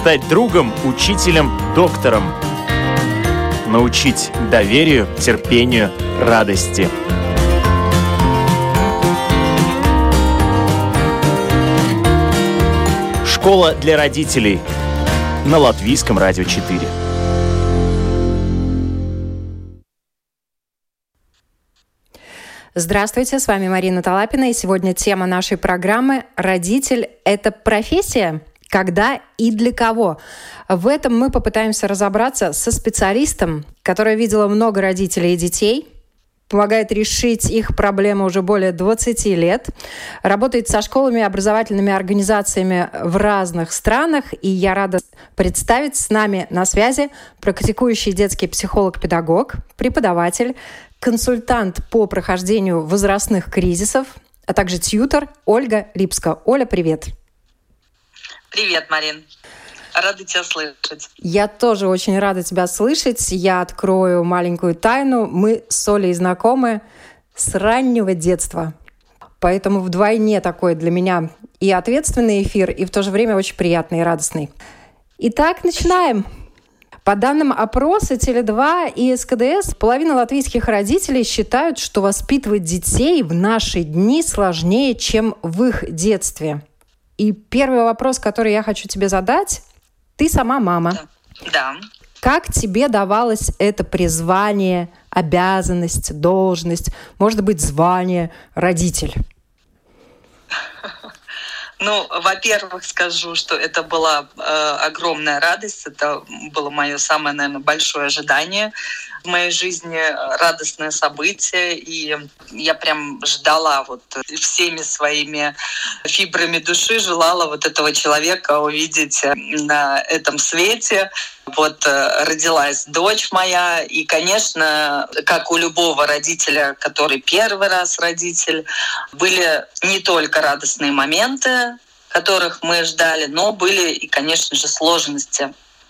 стать другом, учителем, доктором. Научить доверию, терпению, радости. Школа для родителей на Латвийском радио 4. Здравствуйте, с вами Марина Талапина, и сегодня тема нашей программы «Родитель – это профессия? Когда и для кого?». В этом мы попытаемся разобраться со специалистом, которая видела много родителей и детей, помогает решить их проблемы уже более 20 лет, работает со школами и образовательными организациями в разных странах, и я рада представить с нами на связи практикующий детский психолог-педагог, преподаватель, консультант по прохождению возрастных кризисов, а также тьютор Ольга Липска. Оля, привет. Привет, Марин. Рада тебя слышать. Я тоже очень рада тебя слышать. Я открою маленькую тайну. Мы с Олей знакомы с раннего детства. Поэтому вдвойне такой для меня и ответственный эфир, и в то же время очень приятный и радостный. Итак, начинаем. По данным опроса Теле2 и СКДС, половина латвийских родителей считают, что воспитывать детей в наши дни сложнее, чем в их детстве. И первый вопрос, который я хочу тебе задать. Ты сама мама. Да. Как тебе давалось это призвание, обязанность, должность, может быть, звание родитель? Ну, во-первых, скажу, что это была огромная радость. Это было мое самое, наверное, большое ожидание в моей жизни, радостное событие. И я прям ждала вот всеми своими фибрами души, желала вот этого человека увидеть на этом свете. Вот родилась дочь моя, и, конечно, как у любого родителя, который первый раз родитель, были не только радостные моменты, которых мы ждали, но были и, конечно же, сложности.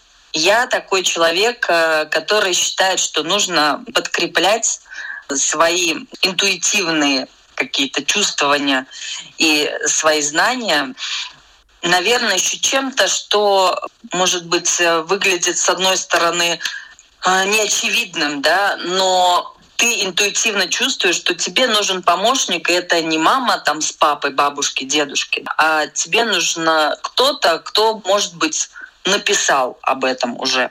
Я такой человек, который считает, что нужно подкреплять свои интуитивные какие-то чувствования и свои знания, наверное, еще чем-то, что, может быть, выглядит, с одной стороны, неочевидным, да, но ты интуитивно чувствуешь, что тебе нужен помощник, и это не мама там с папой, бабушки, дедушки, а тебе нужен кто-то, кто, может быть, написал об этом уже.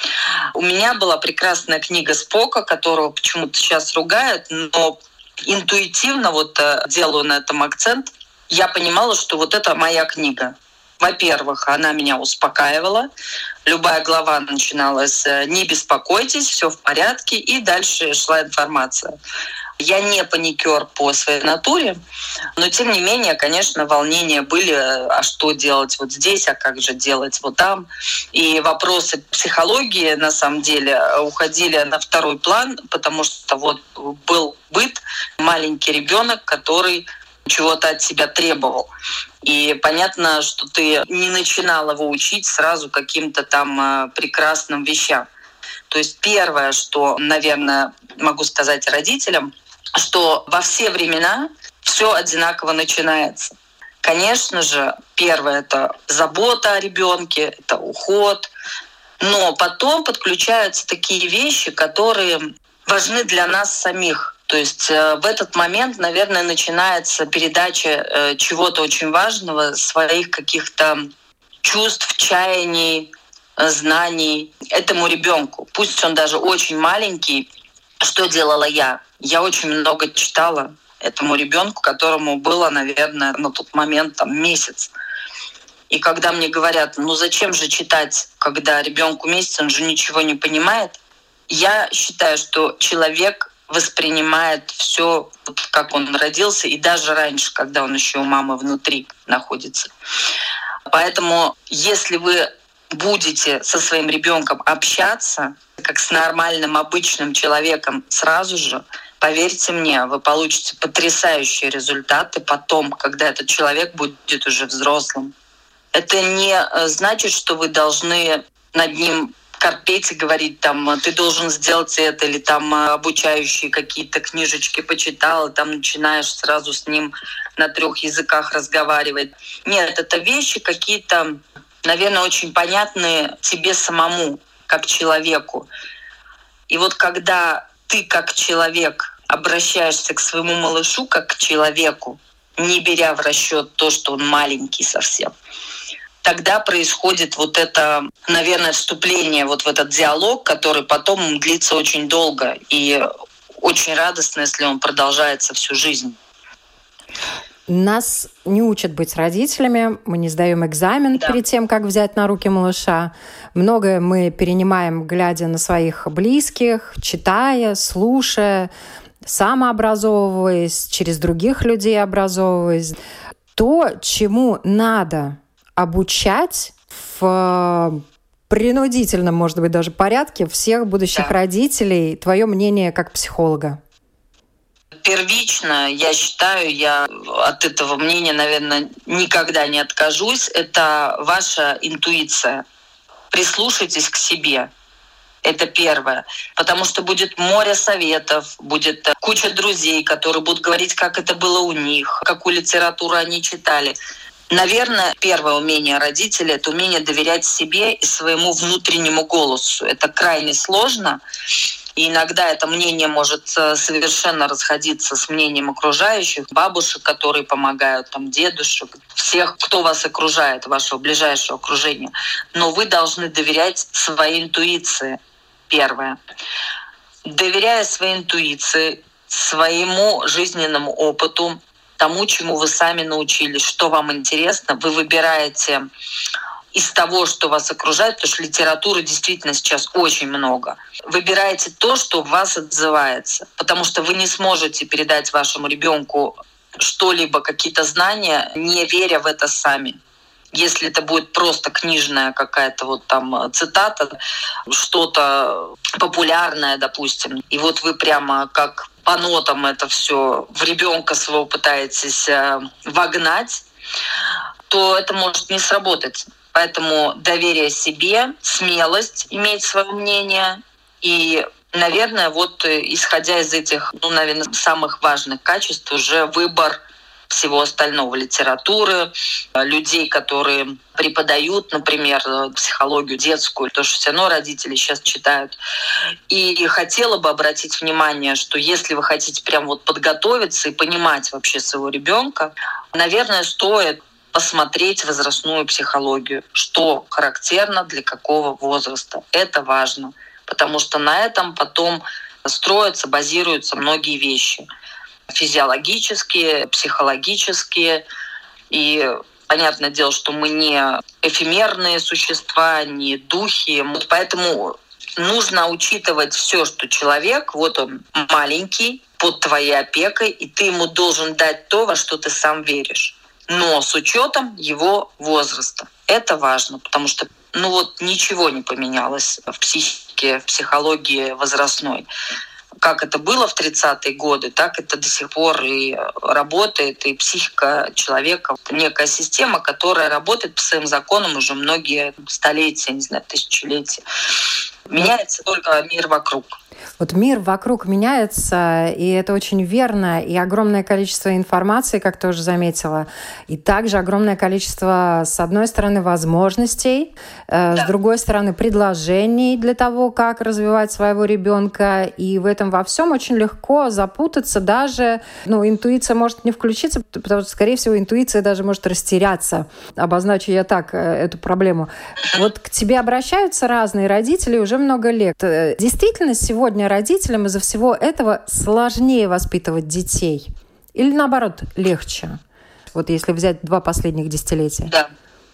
У меня была прекрасная книга Спока, которого почему-то сейчас ругают, но интуитивно вот делаю на этом акцент. Я понимала, что вот это моя книга. Во-первых, она меня успокаивала. Любая глава начиналась «Не беспокойтесь, все в порядке», и дальше шла информация. Я не паникер по своей натуре, но тем не менее, конечно, волнения были, а что делать вот здесь, а как же делать вот там. И вопросы психологии, на самом деле, уходили на второй план, потому что вот был быт, маленький ребенок, который чего-то от себя требовал. И понятно, что ты не начинал его учить сразу каким-то там прекрасным вещам. То есть первое, что, наверное, могу сказать родителям, что во все времена все одинаково начинается. Конечно же, первое — это забота о ребенке, это уход, но потом подключаются такие вещи, которые важны для нас самих. То есть в этот момент, наверное, начинается передача чего-то очень важного, своих каких-то чувств, чаяний, знаний этому ребенку. Пусть он даже очень маленький. Что делала я? Я очень много читала этому ребенку, которому было, наверное, на тот момент там месяц. И когда мне говорят, ну зачем же читать, когда ребенку месяц, он же ничего не понимает, я считаю, что человек воспринимает все, как он родился, и даже раньше, когда он еще у мамы внутри находится. Поэтому, если вы будете со своим ребенком общаться, как с нормальным, обычным человеком сразу же, поверьте мне, вы получите потрясающие результаты потом, когда этот человек будет уже взрослым. Это не значит, что вы должны над ним корпеть и говорить, там, ты должен сделать это, или там обучающие какие-то книжечки почитал, и там начинаешь сразу с ним на 3 языках разговаривать. Нет, это вещи какие-то наверное, очень понятны тебе самому, как человеку. И вот когда ты как человек обращаешься к своему малышу как к человеку, не беря в расчет то, что он маленький совсем, тогда происходит вот это, наверное, вступление вот в этот диалог, который потом длится очень долго и очень радостно, если он продолжается всю жизнь. Нас не учат быть родителями, мы не сдаем экзамен перед тем, как взять на руки малыша. Многое мы перенимаем, глядя на своих близких, читая, слушая, самообразовываясь, через других людей образовываясь. То, чему надо обучать в принудительном, может быть, даже порядке всех будущих родителей, твое мнение как психолога? Первично, я считаю, я от этого мнения, наверное, никогда не откажусь, это ваша интуиция. Прислушайтесь к себе. Это первое. Потому что будет море советов, будет куча друзей, которые будут говорить, как это было у них, какую литературу они читали. Наверное, первое умение родителей — это умение доверять себе и своему внутреннему голосу. Это крайне сложно. И иногда это мнение может совершенно расходиться с мнением окружающих, бабушек, которые помогают, там, дедушек, всех, кто вас окружает, вашего ближайшего окружения. Но вы должны доверять своей интуиции, первое. Доверяя своей интуиции, своему жизненному опыту, тому, чему вы сами научились, что вам интересно, вы выбираете из того, что вас окружает, потому что литературы действительно сейчас очень много. Выбирайте то, что в вас отзывается, потому что вы не сможете передать вашему ребенку что-либо, какие-то знания, не веря в это сами. Если это будет просто книжная какая-то вот там цитата, что-то популярное, допустим, и вот вы прямо как по нотам это все в ребенка своего пытаетесь вогнать, то это может не сработать. Поэтому доверие себе, смелость иметь свое мнение и, наверное, вот исходя из этих, наверное, самых важных качеств уже выбор всего остального, литературы, людей, которые преподают, например, психологию детскую, то, что все равно родители сейчас читают. И хотела бы обратить внимание, что если вы хотите прям вот подготовиться и понимать вообще своего ребенка, наверное, стоит посмотреть возрастную психологию, что характерно для какого возраста. Это важно, потому что на этом потом строятся, базируются многие вещи. Физиологические, психологические. И понятное дело, что мы не эфемерные существа, не духи. Поэтому нужно учитывать все, что человек, вот он маленький, под твоей опекой, и ты ему должен дать то, во что ты сам веришь. Но с учетом его возраста. Это важно, потому что ничего не поменялось в психике, в психологии возрастной. Как это было в 30-е годы, так это до сих пор и работает, и психика человека. Это некая система, которая работает по своим законам уже многие столетия, не знаю, тысячелетия. Меняется только мир вокруг. Вот мир вокруг меняется, и это очень верно, и огромное количество информации, как ты уже заметила, и также огромное количество, с одной стороны, возможностей, с другой стороны, предложений для того, как развивать своего ребенка, и в этом во всем очень легко запутаться, даже, интуиция может не включиться, потому что, скорее всего, интуиция даже может растеряться. Обозначу я так эту проблему. Вот к тебе обращаются разные родители уже много лет. Действительно, сегодня родителям из-за всего этого сложнее воспитывать детей? Или наоборот, легче? Вот если взять 2 последних десятилетия. Да.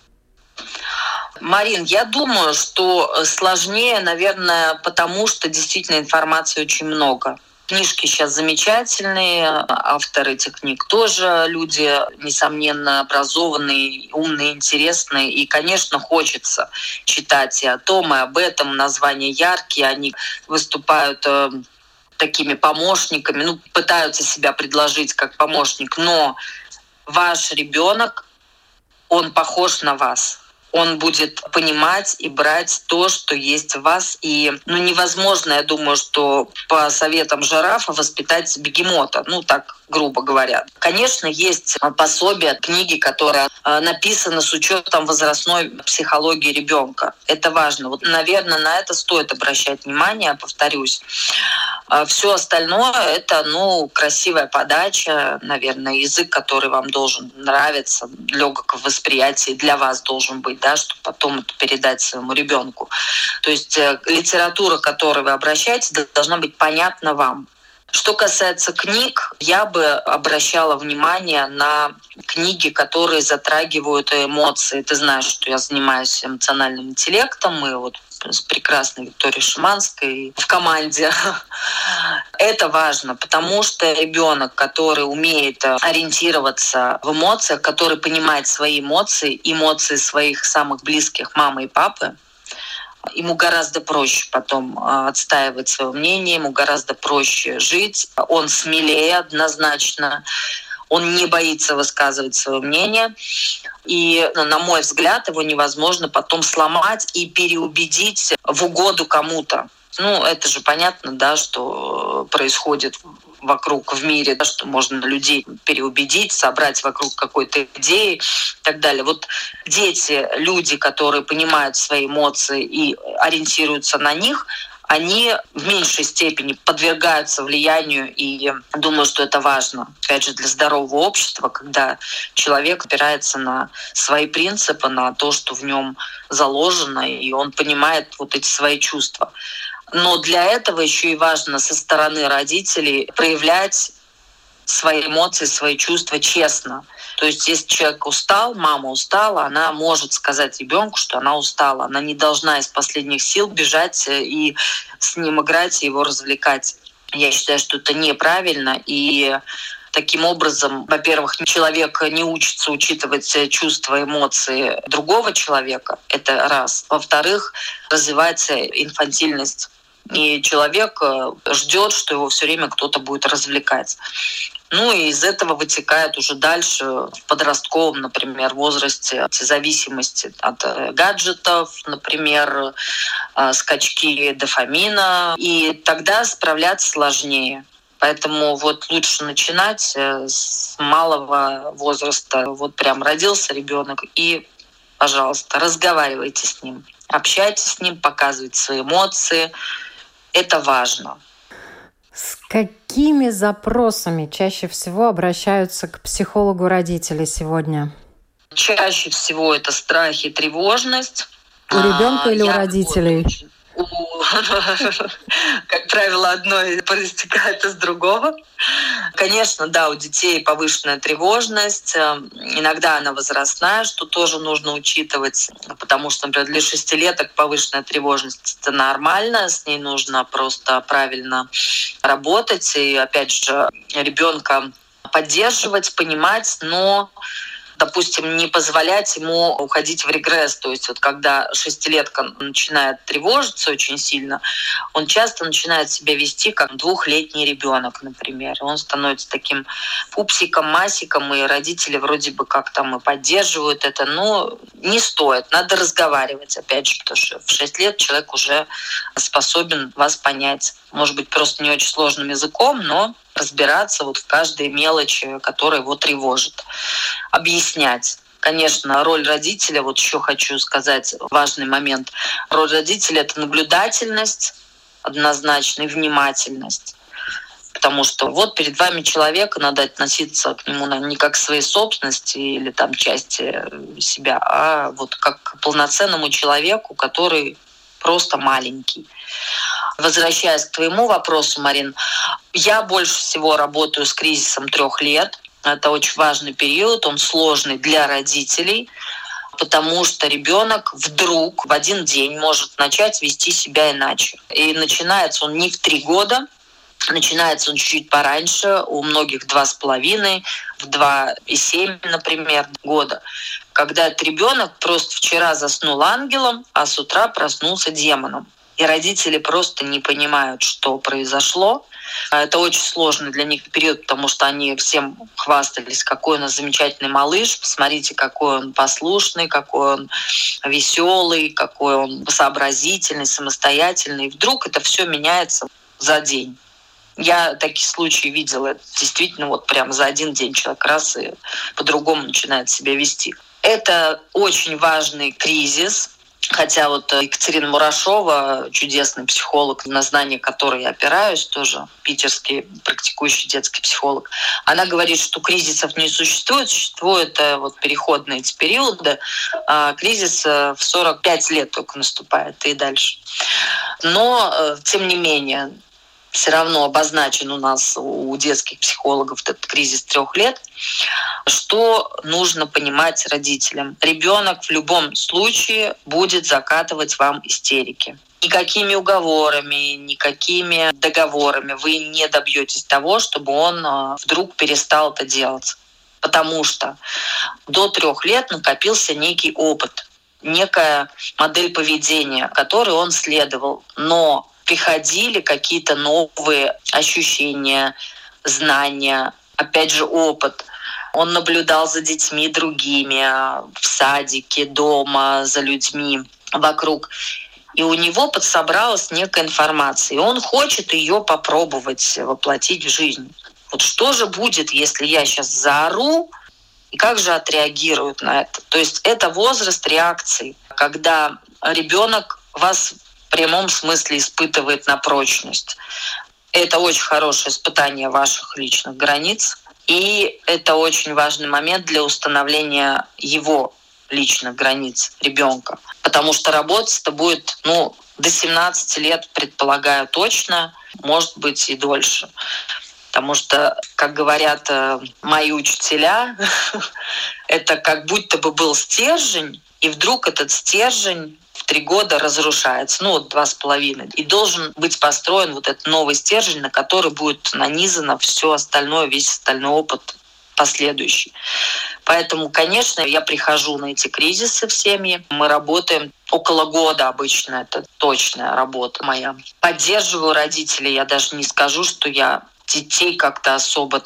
Марин, я думаю, что сложнее, наверное, потому что действительно информации очень много. Книжки сейчас замечательные, авторы этих книг тоже люди, несомненно, образованные, умные, интересные. И, конечно, хочется читать и о том, и об этом. Названия яркие, они выступают такими помощниками, пытаются себя предложить как помощник. Но ваш ребенок, он похож на вас. он будет понимать и брать то, что есть в вас. И невозможно, я думаю, что по советам жирафа воспитать бегемота. Так грубо говоря. Конечно, есть пособия, книги, которые написаны с учетом возрастной психологии ребенка. Это важно. Наверное, на это стоит обращать внимание, повторюсь. Все остальное — это, красивая подача, наверное, язык, который вам должен нравиться, легок в восприятии для вас должен быть, чтобы потом это передать своему ребенку. То есть литература, к которой вы обращаетесь, должна быть понятна вам. Что касается книг, я бы обращала внимание на книги, которые затрагивают эмоции. Ты знаешь, что я занимаюсь эмоциональным интеллектом, и с прекрасной Викторией Шиманской в команде. Это важно, потому что ребенок, который умеет ориентироваться в эмоциях, который понимает свои эмоции своих самых близких мамы и папы, ему гораздо проще потом отстаивать свое мнение, ему гораздо проще жить, он смелее однозначно, он не боится высказывать свое мнение. И, на мой взгляд, его невозможно потом сломать и переубедить в угоду кому-то. Это же понятно, что происходит вокруг в мире, что можно людей переубедить, собрать вокруг какой-то идеи и так далее. Дети, люди, которые понимают свои эмоции и ориентируются на них, они в меньшей степени подвергаются влиянию, и думаю, что это важно, опять же, для здорового общества, когда человек опирается на свои принципы, на то, что в нем заложено, и он понимает эти свои чувства. Но для этого еще и важно со стороны родителей проявлять свои эмоции, свои чувства честно. То есть если человек устал, мама устала, она может сказать ребенку, что она устала. Она не должна из последних сил бежать и с ним играть, и его развлекать. Я считаю, что это неправильно. И таким образом, во-первых, человек не учится учитывать чувства, эмоции другого человека. Это раз. Во-вторых, развивается инфантильность. И человек ждет, что его все время кто-то будет развлекать. И из этого вытекает уже дальше в подростковом, например, возрасте зависимости от гаджетов, например, скачки дофамина. И тогда справляться сложнее. Поэтому лучше начинать с малого возраста. Прям родился ребенок, и, пожалуйста, разговаривайте с ним, общайтесь с ним, показывайте свои эмоции. Это важно. С какими запросами чаще всего обращаются к психологу родители сегодня? Чаще всего это страх и тревожность. У ребенка или у родителей? Как правило, одно проистекает из другого. Конечно, да, у детей повышенная тревожность. Иногда она возрастная, что тоже нужно учитывать, потому что, например, для 6-леток повышенная тревожность — это нормально, с ней нужно просто правильно работать и, опять же, ребенка поддерживать, понимать, но, допустим, не позволять ему уходить в регресс. То есть когда 6-летка начинает тревожиться очень сильно, он часто начинает себя вести как 2-летний ребенок, например. Он становится таким пупсиком, масиком, и родители вроде бы как там и поддерживают это, но не стоит. Надо разговаривать, опять же, потому что в 6 лет человек уже способен вас понять. Может быть, просто не очень сложным языком, но разбираться в каждой мелочи, которая его тревожит. Объяснять. Конечно, роль родителя, еще хочу сказать важный момент. Роль родителя — это наблюдательность, однозначно, и внимательность. Потому что перед вами человек, надо относиться к нему не как к своей собственности или части себя, а как к полноценному человеку, который просто маленький. Возвращаясь к твоему вопросу, Марин, я больше всего работаю с кризисом 3 лет. Это очень важный период, он сложный для родителей, потому что ребенок вдруг в один день может начать вести себя иначе. И начинается он не в 3 года, начинается он чуть-чуть пораньше, у многих 2,5, в 2,7, например, года. Когда этот ребенок просто вчера заснул ангелом, а с утра проснулся демоном. и родители просто не понимают, что произошло. Это очень сложный для них период, потому что они всем хвастались, какой у нас замечательный малыш, посмотрите, какой он послушный, какой он веселый, какой он сообразительный, самостоятельный. И вдруг это все меняется за день. Я такие случаи видела. Это действительно вот прям за один день человек раз и по-другому начинает себя вести. Это очень важный кризис. Хотя вот Екатерина Мурашова, чудесный психолог, на знание которой я опираюсь, тоже питерский практикующий детский психолог, она говорит, что кризисов не существует, существуют вот переходные эти периоды, а кризис в 45 лет только наступает и дальше. Но, тем не менее, все равно обозначен у нас, у детских психологов, этот кризис 3 лет. Что нужно понимать родителям? Ребенок в любом случае будет закатывать вам истерики. Никакими уговорами, никакими договорами вы не добьетесь того, чтобы он вдруг перестал это делать. Потому что до 3 лет накопился некий опыт, некая модель поведения, которой он следовал. Но приходили какие-то новые ощущения, знания, опять же, опыт. Он наблюдал за детьми другими, в садике, дома, за людьми вокруг. И у него подсобралась некая информация, и он хочет ее попробовать воплотить в жизнь. Вот что же будет, если я сейчас заору, и как же отреагируют на это? То есть это возраст реакции, когда ребенок вас в прямом смысле испытывает на прочность. Это очень хорошее испытание ваших личных границ. И это очень важный момент для установления его личных границ ребенка. Потому что работать это будет до 17 лет, предполагаю, точно, может быть и дольше. Потому что, как говорят мои учителя, это как будто бы был стержень, и вдруг этот стержень в 3 года разрушается, 2,5. И должен быть построен вот этот новый стержень, на который будет нанизано все остальное, весь остальной опыт последующий. Поэтому, конечно, я прихожу на эти кризисы в семьи. Мы работаем около года обычно, это точная работа моя. Поддерживаю родителей, я даже не скажу, что я детей как-то особо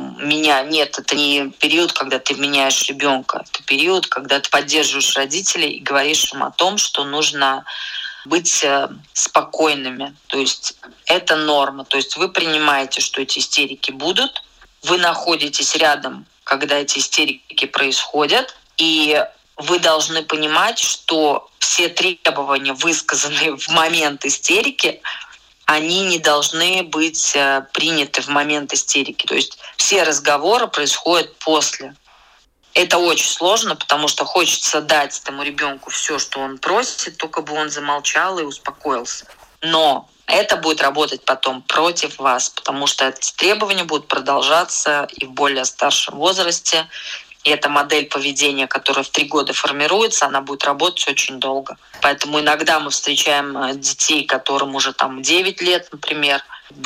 Нет, это не период, когда ты меняешь ребенка. Это период, когда ты поддерживаешь родителей и говоришь им о том, что нужно быть спокойными. То есть это норма. То есть вы принимаете, что эти истерики будут. Вы находитесь рядом, когда эти истерики происходят. И вы должны понимать, что все требования, высказанные в момент истерики, они не должны быть приняты в момент истерики. То есть все разговоры происходят после. Это очень сложно, потому что хочется дать этому ребенку все, что он просит, только бы он замолчал и успокоился. Но это будет работать потом против вас, потому что эти требования будут продолжаться и в более старшем возрасте. И эта модель поведения, которая в 3 года формируется, она будет работать очень долго. Поэтому иногда мы встречаем детей, которым уже 9 лет, например,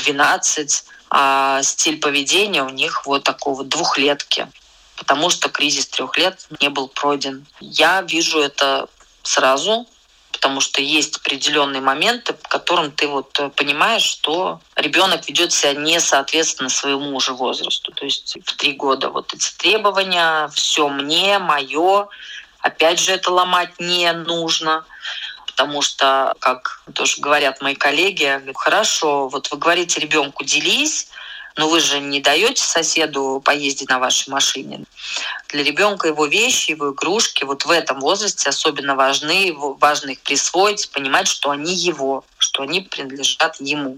12, а стиль поведения у них вот такого 2-летки, потому что кризис 3 лет не был пройден. Я вижу это сразу, потому что есть определенные моменты, в котором ты понимаешь, что ребенок ведет себя не соответственно своему уже возрасту. То есть в 3 года эти требования, все мне, мое, опять же, это ломать не нужно. Потому что, как тоже говорят мои коллеги, хорошо, вы говорите ребенку делись, но вы же не даете соседу поездить на вашей машине. Для ребенка его вещи, его игрушки в этом возрасте особенно важны. Важно их присвоить, понимать, что они его, что они принадлежат ему.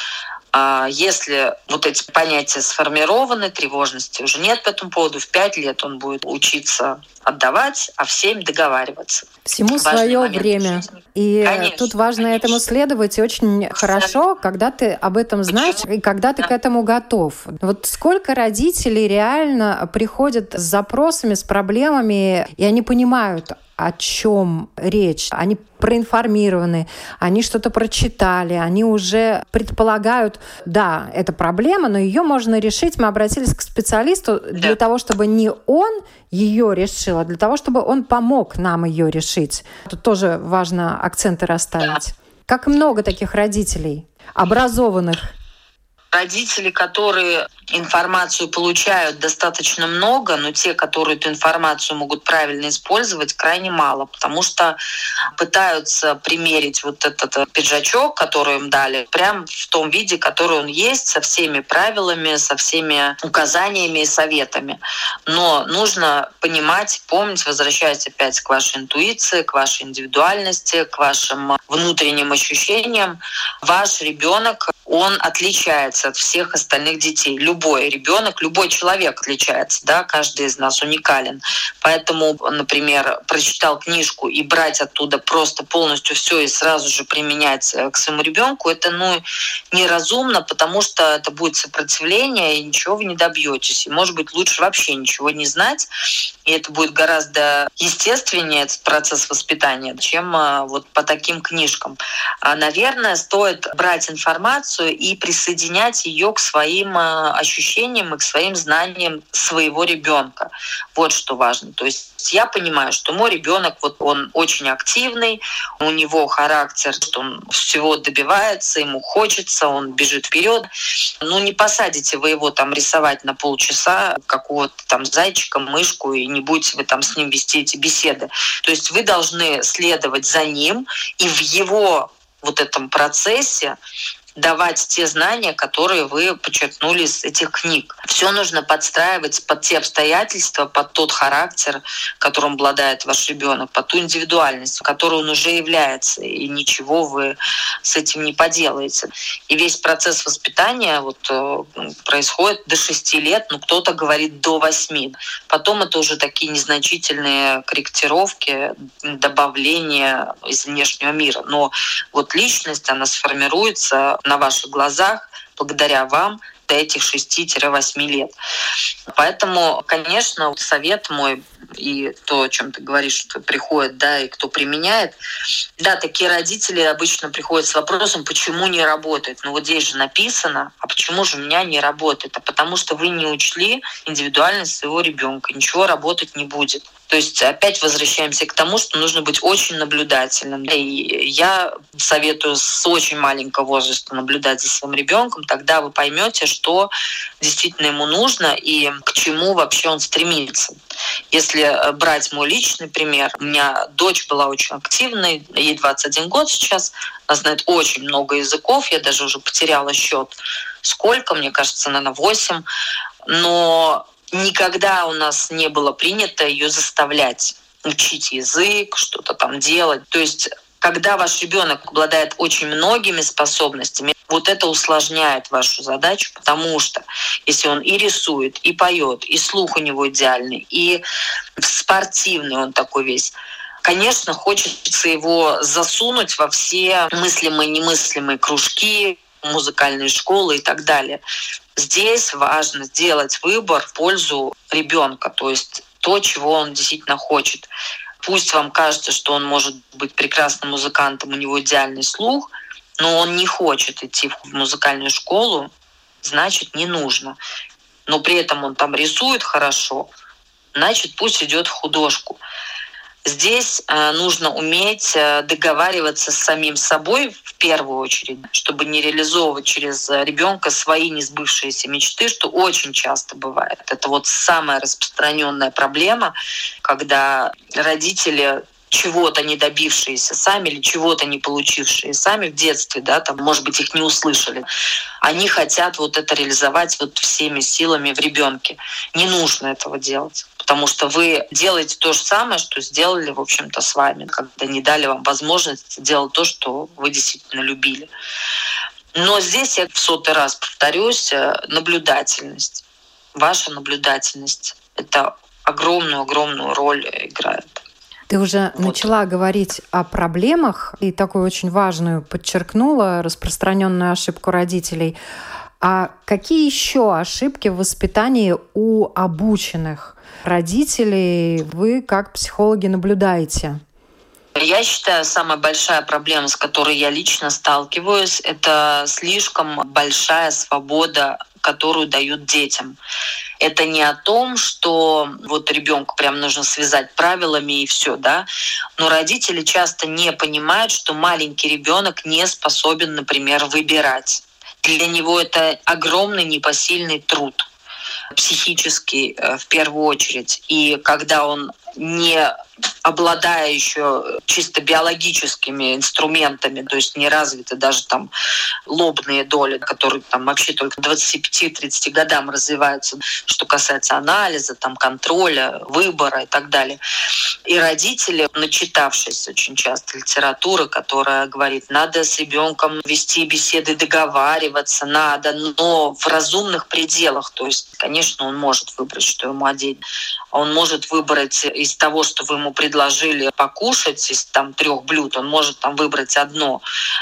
А если эти понятия сформированы, тревожности уже нет по этому поводу, в 5 лет он будет учиться отдавать, а в 7 договариваться. Всему свое время. И конечно, тут важно этому следовать. И очень хорошо, когда ты об этом знаешь и когда ты к этому готов. Сколько родителей реально приходят с запросами, с проблемами, и они понимают, о чем речь. Они проинформированы, они что-то прочитали, они уже предполагают, да, это проблема, но ее можно решить. Мы обратились к специалисту для того, чтобы не он ее решил, а для того, чтобы он помог нам ее решить. Тут тоже важно акценты расставить. Как много таких родителей, образованных? Родители, которые информацию получают, достаточно много, но те, которые эту информацию могут правильно использовать, крайне мало, потому что пытаются примерить вот этот пиджачок, который им дали, прям в том виде, который он есть, со всеми правилами, со всеми указаниями и советами. Но нужно понимать, помнить, возвращаясь опять к вашей интуиции, к вашей индивидуальности, к вашим внутренним ощущениям, ваш ребенок, он отличается от всех остальных детей. Любой ребенок, любой человек отличается, да, каждый из нас уникален. Поэтому, например, прочитал книжку и брать оттуда просто полностью все и сразу же применять к своему ребенку, это неразумно, потому что это будет сопротивление, и ничего вы не добьетесь. И, может быть, лучше вообще ничего не знать, и это будет гораздо естественнее, этот процесс воспитания, чем вот по таким книжкам. Наверное, стоит брать информацию и присоединять ее к своим ощущениям и к своим знаниям своего ребенка. Вот что важно. То есть я понимаю, что мой ребенок, вот он очень активный, у него характер, что он всего добивается, ему хочется, он бежит вперед. Ну, не посадите вы его там рисовать на полчаса, какого-то там зайчика, мышку, и не будете вы там с ним вести эти беседы. То есть вы должны следовать за ним и в его вот этом процессе давать те знания, которые вы подчеркнули из этих книг. Все нужно подстраивать под те обстоятельства, под тот характер, которым обладает ваш ребенок, под ту индивидуальность, которой он уже является, и ничего вы с этим не поделаете. И весь процесс воспитания происходит до 6 лет, кто-то говорит до 8. Потом это уже такие незначительные корректировки, добавления из внешнего мира. Но вот личность, она сформируется на ваших глазах, благодаря вам, до этих 6-8 лет. Поэтому, конечно, совет мой и то, о чем ты говоришь, что приходит, да, и кто применяет, да, такие родители обычно приходят с вопросом, почему не работает. Ну вот здесь же написано, а почему же у меня не работает? А потому что вы не учли индивидуальность своего ребенка, ничего работать не будет. То есть опять возвращаемся к тому, что нужно быть очень наблюдательным. И я советую с очень маленького возраста наблюдать за своим ребенком, тогда вы поймете, что действительно ему нужно и к чему вообще он стремится. Если брать мой личный пример, у меня дочь была очень активной, ей 21 год сейчас, она знает очень много языков, я даже уже потеряла счет. Сколько, мне кажется, наверное, 8. Но никогда у нас не было принято ее заставлять учить язык, что-то там делать. То есть, когда ваш ребенок обладает очень многими способностями, вот это усложняет вашу задачу, потому что если он и рисует, и поет, и слух у него идеальный, и спортивный он такой весь, конечно, хочется его засунуть во все мыслимые и немыслимые кружки, музыкальные школы и так далее. Здесь важно сделать выбор в пользу ребенка, то есть то, чего он действительно хочет. Пусть вам кажется, что он может быть прекрасным музыкантом, у него идеальный слух, но он не хочет идти в музыкальную школу, значит, не нужно. Но при этом он там рисует хорошо, значит, пусть идет в художку. Здесь нужно уметь договариваться с самим собой в первую очередь, чтобы не реализовывать через ребенка свои несбывшиеся мечты, что очень часто бывает. Это вот самая распространенная проблема, когда родители чего-то не добившиеся сами или чего-то не получившие сами в детстве, да, там, может быть, их не услышали. Они хотят вот это реализовать вот всеми силами в ребенке. Не нужно этого делать, потому что вы делаете то же самое, что сделали, в общем-то, с вами, когда не дали вам возможность делать то, что вы действительно любили. Но здесь я в 100-й раз повторюсь, наблюдательность. Ваша наблюдательность — это огромную роль играет. Ты уже начала говорить о проблемах и такую очень важную подчеркнула распространенную ошибку родителей. А какие еще ошибки в воспитании у обученных родителей вы как психологи наблюдаете? Я считаю, самая большая проблема, с которой я лично сталкиваюсь, это слишком большая свобода, которую дают детям. Это не о том, что вот ребенку прям нужно связать правилами и все, да. Но родители часто не понимают, что маленький ребенок не способен, например, выбирать. Для него это огромный непосильный труд, психический в первую очередь. И когда он не обладая еще чисто биологическими инструментами, то есть не развиты даже там лобные доли, которые там вообще только к 25-30 годам развиваются, что касается анализа, там, контроля, выбора и так далее. И родители, начитавшись очень часто литературы, которая говорит, надо с ребенком вести беседы, договариваться, надо, но в разумных пределах. То есть, конечно, он может выбрать, что ему одеть. Он может выбрать из того, что вы ему предложили покушать, из там 3 блюд, он может там выбрать одно.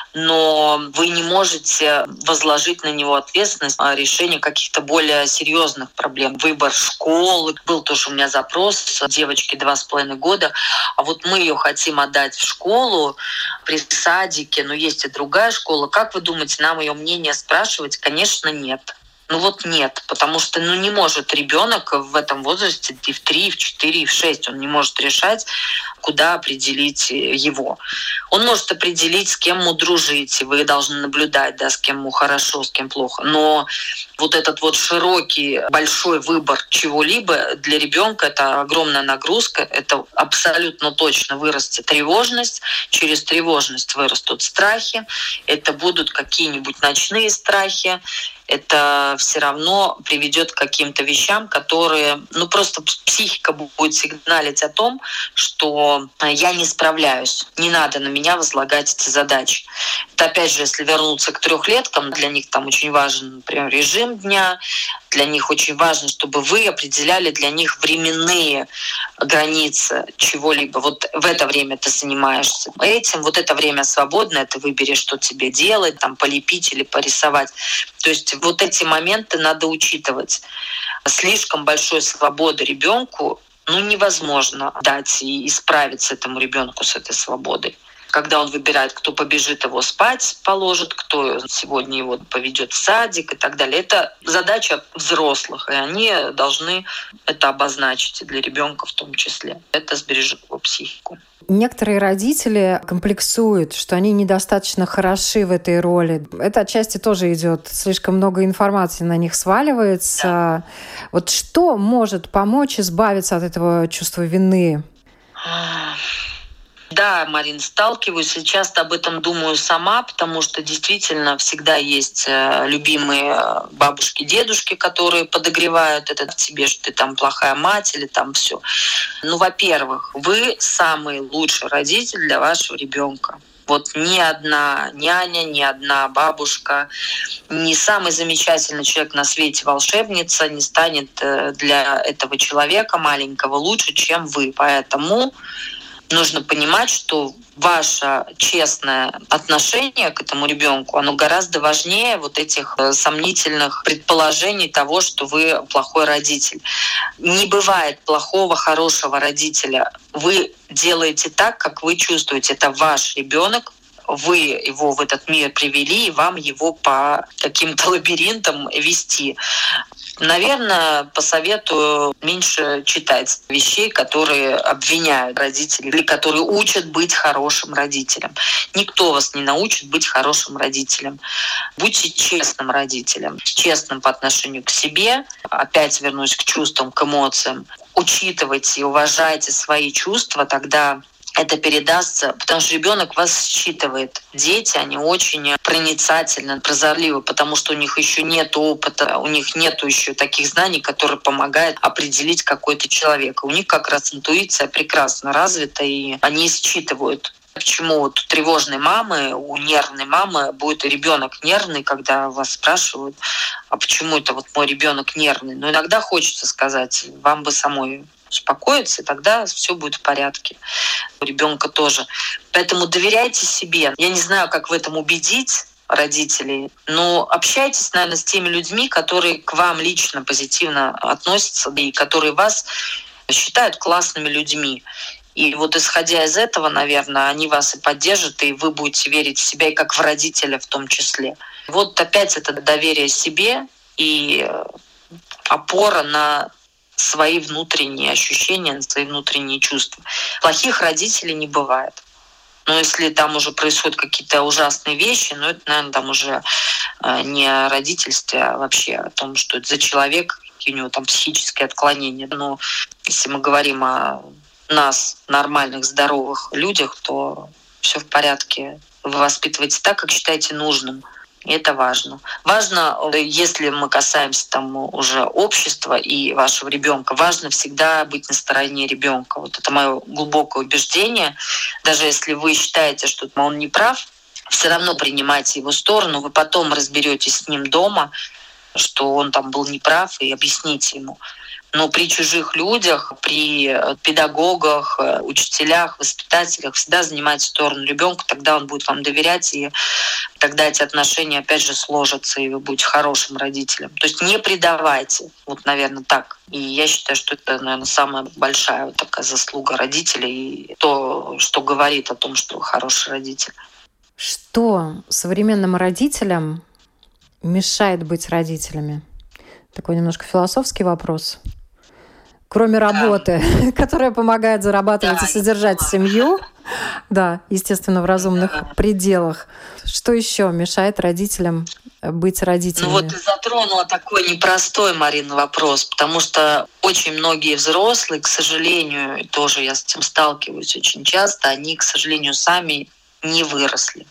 Но вы не можете возложить на него ответственность о решении каких-то более серьезных проблем. Выбор школы. Был тоже у меня запрос девочки 2,5 года. А вот мы ее хотим отдать в школу при садике, но есть и другая школа. Как вы думаете, нам ее мнение спрашивать? Конечно, нет. Нет, потому что не может ребенок в этом возрасте и в 3, и в 4, и в 6, он не может решать, куда определить его. Он может определить, с кем ему дружить, и вы должны наблюдать, да, с кем ему хорошо, с кем плохо. Но вот этот вот широкий, большой выбор чего-либо для ребенка это огромная нагрузка, это абсолютно точно вырастет тревожность, через тревожность вырастут страхи, это будут какие-нибудь ночные страхи, это все равно приведет к каким-то вещам, которые, просто психика будет сигналить о том, что я не справляюсь, не надо на меня возлагать эти задачи. Это опять же, если вернуться к 3-леткам, для них там очень важен, например, режим дня, для них очень важно, чтобы вы определяли для них временные границы чего-либо. Вот в это время ты занимаешься этим, вот это время свободное, ты выберешь, что тебе делать, там полепить или порисовать. То есть вот эти моменты надо учитывать. Слишком большой свободы ребенку невозможно дать и справиться этому ребенку с этой свободой. Когда он выбирает, кто побежит его спать, положит, кто сегодня его поведет в садик и так далее. Это задача взрослых, и они должны это обозначить, и для ребенка в том числе. Это сбережет его психику. Некоторые родители комплексуют, что они недостаточно хороши в этой роли. Это отчасти тоже идет. Слишком много информации на них сваливается. Да. Вот что может помочь избавиться от этого чувства вины? Да, Марин, сталкиваюсь и часто об этом думаю сама, потому что действительно всегда есть любимые бабушки, дедушки, которые подогревают это в тебе, что ты там плохая мать или там все. Во-первых, вы самый лучший родитель для вашего ребенка. Вот ни одна няня, ни одна бабушка, ни самый замечательный человек на свете, волшебница, не станет для этого человека маленького лучше, чем вы. Поэтому нужно понимать, что ваше честное отношение к этому ребенку, оно гораздо важнее вот этих сомнительных предположений того, что вы плохой родитель. Не бывает плохого, хорошего родителя. Вы делаете так, как вы чувствуете. Это ваш ребенок. Вы его в этот мир привели, и вам его по каким-то лабиринтам вести. Наверное, посоветую меньше читать вещей, которые обвиняют родителей или которые учат быть хорошим родителем. Никто вас не научит быть хорошим родителем. Будьте честным родителем, честным по отношению к себе. Опять вернусь к чувствам, к эмоциям. Учитывайте и уважайте свои чувства, тогда это передастся, потому что ребенок вас считывает. Дети, они очень проницательны, прозорливы, потому что у них еще нет опыта, у них нет еще таких знаний, которые помогают определить какой-то человек. У них как раз интуиция прекрасно развита, и они считывают. Почему вот у тревожной мамы, у нервной мамы будет ребенок нервный, когда вас спрашивают, а почему это вот мой ребенок нервный? Но иногда хочется сказать, вам бы самой успокоиться, и тогда все будет в порядке. У ребенка тоже. Поэтому доверяйте себе. Я не знаю, как в этом убедить родителей, но общайтесь, наверное, с теми людьми, которые к вам лично позитивно относятся и которые вас считают классными людьми. И вот исходя из этого, наверное, они вас и поддержат, и вы будете верить в себя, и как в родителя в том числе. Вот опять это доверие себе и опора на свои внутренние ощущения, на свои внутренние чувства. Плохих родителей не бывает. Но если там уже происходят какие-то ужасные вещи, это, наверное, там уже не о родительстве, а вообще о том, что это за человек, какие у него там психические отклонения. Но если мы говорим о нас, нормальных, здоровых людях, то все в порядке. Вы воспитываете так, как считаете нужным. И это важно. Важно, если мы касаемся там уже общества и вашего ребенка, важно всегда быть на стороне ребенка. Вот это мое глубокое убеждение. Даже если вы считаете, что он не прав, все равно принимайте его сторону, вы потом разберетесь с ним дома, что он там был неправ, и объясните ему. Но при чужих людях, при педагогах, учителях, воспитателях всегда занимайте сторону ребенка, тогда он будет вам доверять, и тогда эти отношения опять же сложатся, и вы будете хорошим родителем. То есть не предавайте. Вот, наверное, так. И я считаю, что это, наверное, самая большая вот такая заслуга родителей, и то, что говорит о том, что вы хороший родитель. Что современным родителям мешает быть родителями? Такой немножко философский вопрос. Кроме работы, которая помогает зарабатывать и содержать семью, естественно, в разумных пределах. Что еще мешает родителям быть родителями? Вот ты затронула такой непростой, Марина, вопрос, потому что очень многие взрослые, к сожалению, и тоже я с этим сталкиваюсь очень часто, они, к сожалению, сами не выросли.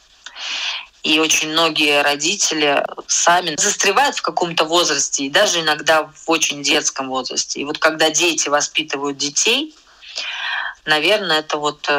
И очень многие родители сами застревают в каком-то возрасте, и даже иногда в очень детском возрасте. И вот когда дети воспитывают детей, наверное, это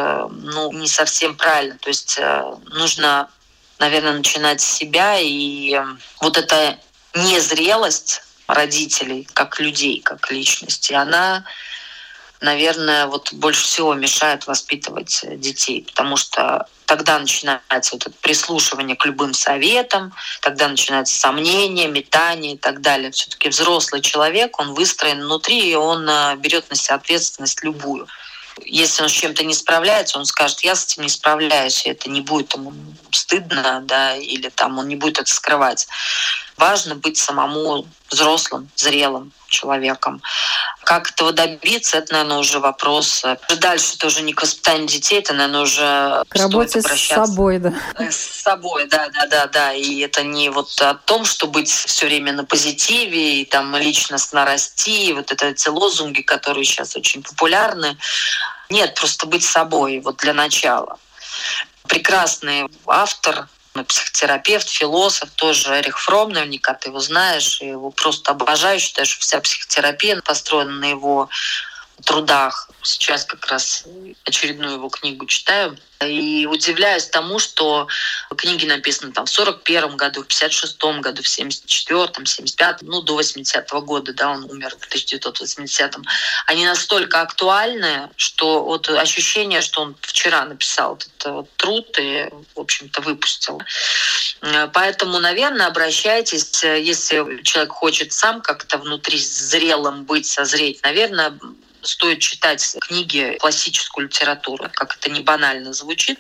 не совсем правильно. То есть нужно, наверное, начинать с себя. И вот эта незрелость родителей, как людей, как личности, она, наверное, больше всего мешает воспитывать детей, потому что тогда начинается это прислушивание к любым советам, тогда начинается сомнение, метание и так далее. Все-таки взрослый человек, он выстроен внутри, и он берет на себя ответственность любую. Если он с чем-то не справляется, он скажет: я с этим не справляюсь, и это не будет ему стыдно, или он не будет это скрывать. Важно быть самому взрослым, зрелым человеком. Как этого добиться, это, наверное, уже вопрос. Дальше это уже не к воспитанию детей, это, наверное, уже к работе с собой, да. С собой, да. И это не о том, что быть все время на позитиве и личностно расти, и эти лозунги, которые сейчас очень популярны. Нет, просто быть собой, для начала. Прекрасный автор, психотерапевт, философ, тоже Эрих Фромм, наверняка ты его знаешь, и его просто обожаю, считаю, что вся психотерапия построена на его трудах. Сейчас как раз очередную его книгу читаю. И удивляюсь тому, что книги написаны в 1941 году, в 1956 году, в 1974, 1975, до 80-го года, он умер в 1980-м. Они настолько актуальны, что ощущение, что он вчера написал этот труд и, в общем-то, выпустил. Поэтому, наверное, обращайтесь, если человек хочет сам как-то внутри зрелым быть, созреть, наверное, стоит читать книги, классическую литературу, как это не банально звучит.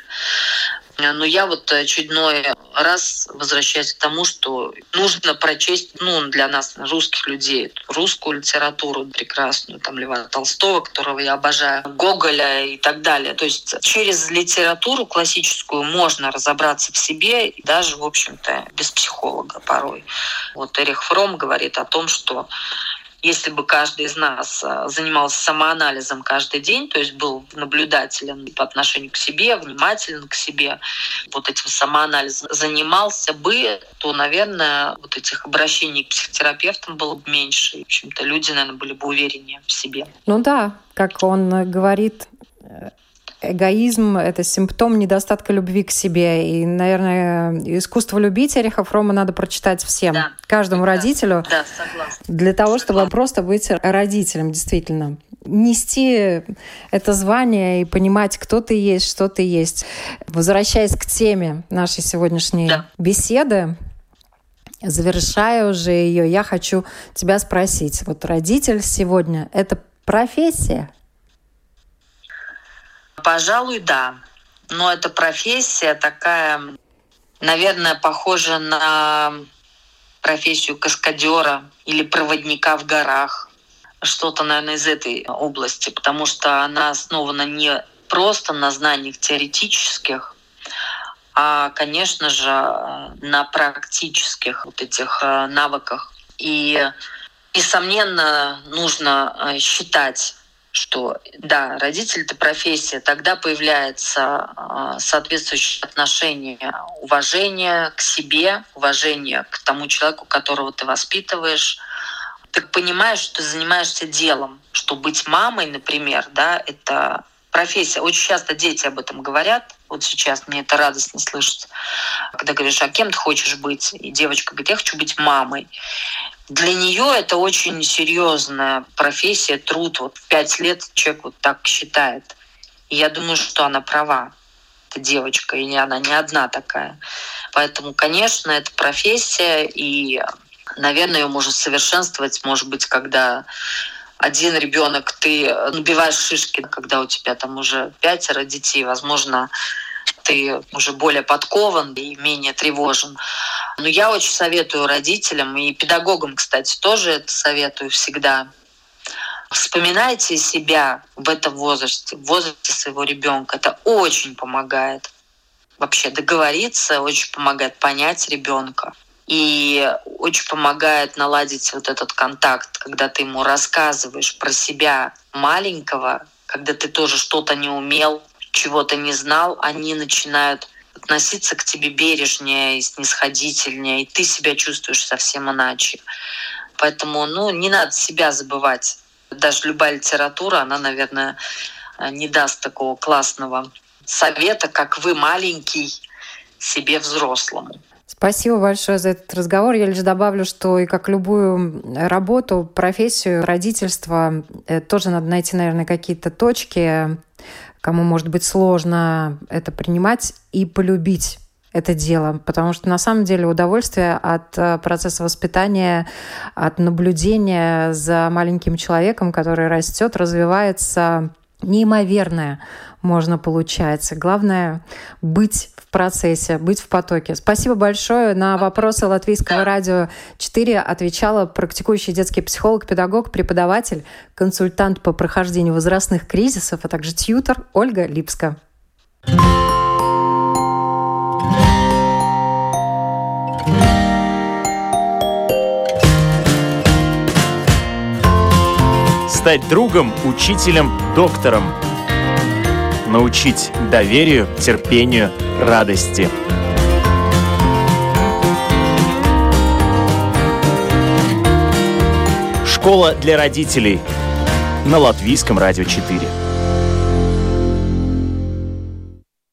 Но я очередной раз возвращаюсь к тому, что нужно прочесть, для нас, русских людей, русскую литературу прекрасную, Льва Толстого, которого я обожаю, Гоголя и так далее. То есть через литературу классическую можно разобраться в себе, даже, в общем-то, без психолога порой. Эрих Фромм говорит о том, что если бы каждый из нас занимался самоанализом каждый день, то есть был наблюдателен по отношению к себе, внимателен к себе, этим самоанализом занимался бы, то, наверное, этих обращений к психотерапевтам было бы меньше. И, в общем-то, люди, наверное, были бы увереннее в себе. Как он говорит, эгоизм — это симптом недостатка любви к себе. И, наверное, «Искусство любить» Эриха Фромма надо прочитать всем, каждому родителю, для того, чтобы просто быть родителем, действительно. Нести это звание и понимать, кто ты есть, что ты есть. Возвращаясь к теме нашей сегодняшней беседы, завершая уже ее, я хочу тебя спросить. Родитель сегодня — это профессия? Пожалуй, да. Но эта профессия такая, наверное, похожа на профессию каскадера или проводника в горах. Что-то, наверное, из этой области, потому что она основана не просто на знаниях теоретических, а, конечно же, на практических вот этих навыках. И, несомненно, нужно считать, что да, родитель — это профессия, тогда появляется соответствующее отношение уважения к себе, уважение к тому человеку, которого ты воспитываешь. Ты понимаешь, что ты занимаешься делом, что быть мамой, например, да, это профессия. Очень часто дети об этом говорят. Вот сейчас мне это радостно слышать, когда говоришь: а кем ты хочешь быть? И девочка говорит: я хочу быть мамой. Для нее это очень серьезная профессия, труд. Вот в 5 лет человек вот так считает. И я думаю, что она права. Это девочка, и она не одна такая. Поэтому, конечно, это профессия, и, наверное, ее можно совершенствовать, может быть, когда один ребенок, ты набиваешь шишки, когда у тебя там уже 5 детей, возможно, ты уже более подкован и менее тревожен. Но я очень советую родителям и педагогам, кстати, тоже это советую всегда. Вспоминайте себя в этом возрасте, в возрасте своего ребенка. Это очень помогает вообще договориться, очень помогает понять ребенка. И очень помогает наладить вот этот контакт, когда ты ему рассказываешь про себя маленького, когда ты тоже что-то не умел, чего-то не знал, они начинают относиться к тебе бережнее и снисходительнее, и ты себя чувствуешь совсем иначе. Поэтому не надо себя забывать. Даже любая литература, она, наверное, не даст такого классного совета, как вы, маленький, себе взрослому. Спасибо большое за этот разговор. Я лишь добавлю, что и как любую работу, профессию, родительство, тоже надо найти, наверное, какие-то точки, кому, может быть, сложно это принимать, и полюбить это дело. Потому что, на самом деле, удовольствие от процесса воспитания, от наблюдения за маленьким человеком, который растет, развивается, неимоверное можно получать. Главное — быть в процессе, быть в потоке. Спасибо большое. На вопросы Латвийского радио 4 отвечала практикующий детский психолог, педагог, преподаватель, консультант по прохождению возрастных кризисов, а также тьютор Ольга Липска. Стать другом, учителем, доктором. Научить доверию, терпению, радости. Школа для родителей на Латвийском радио 4.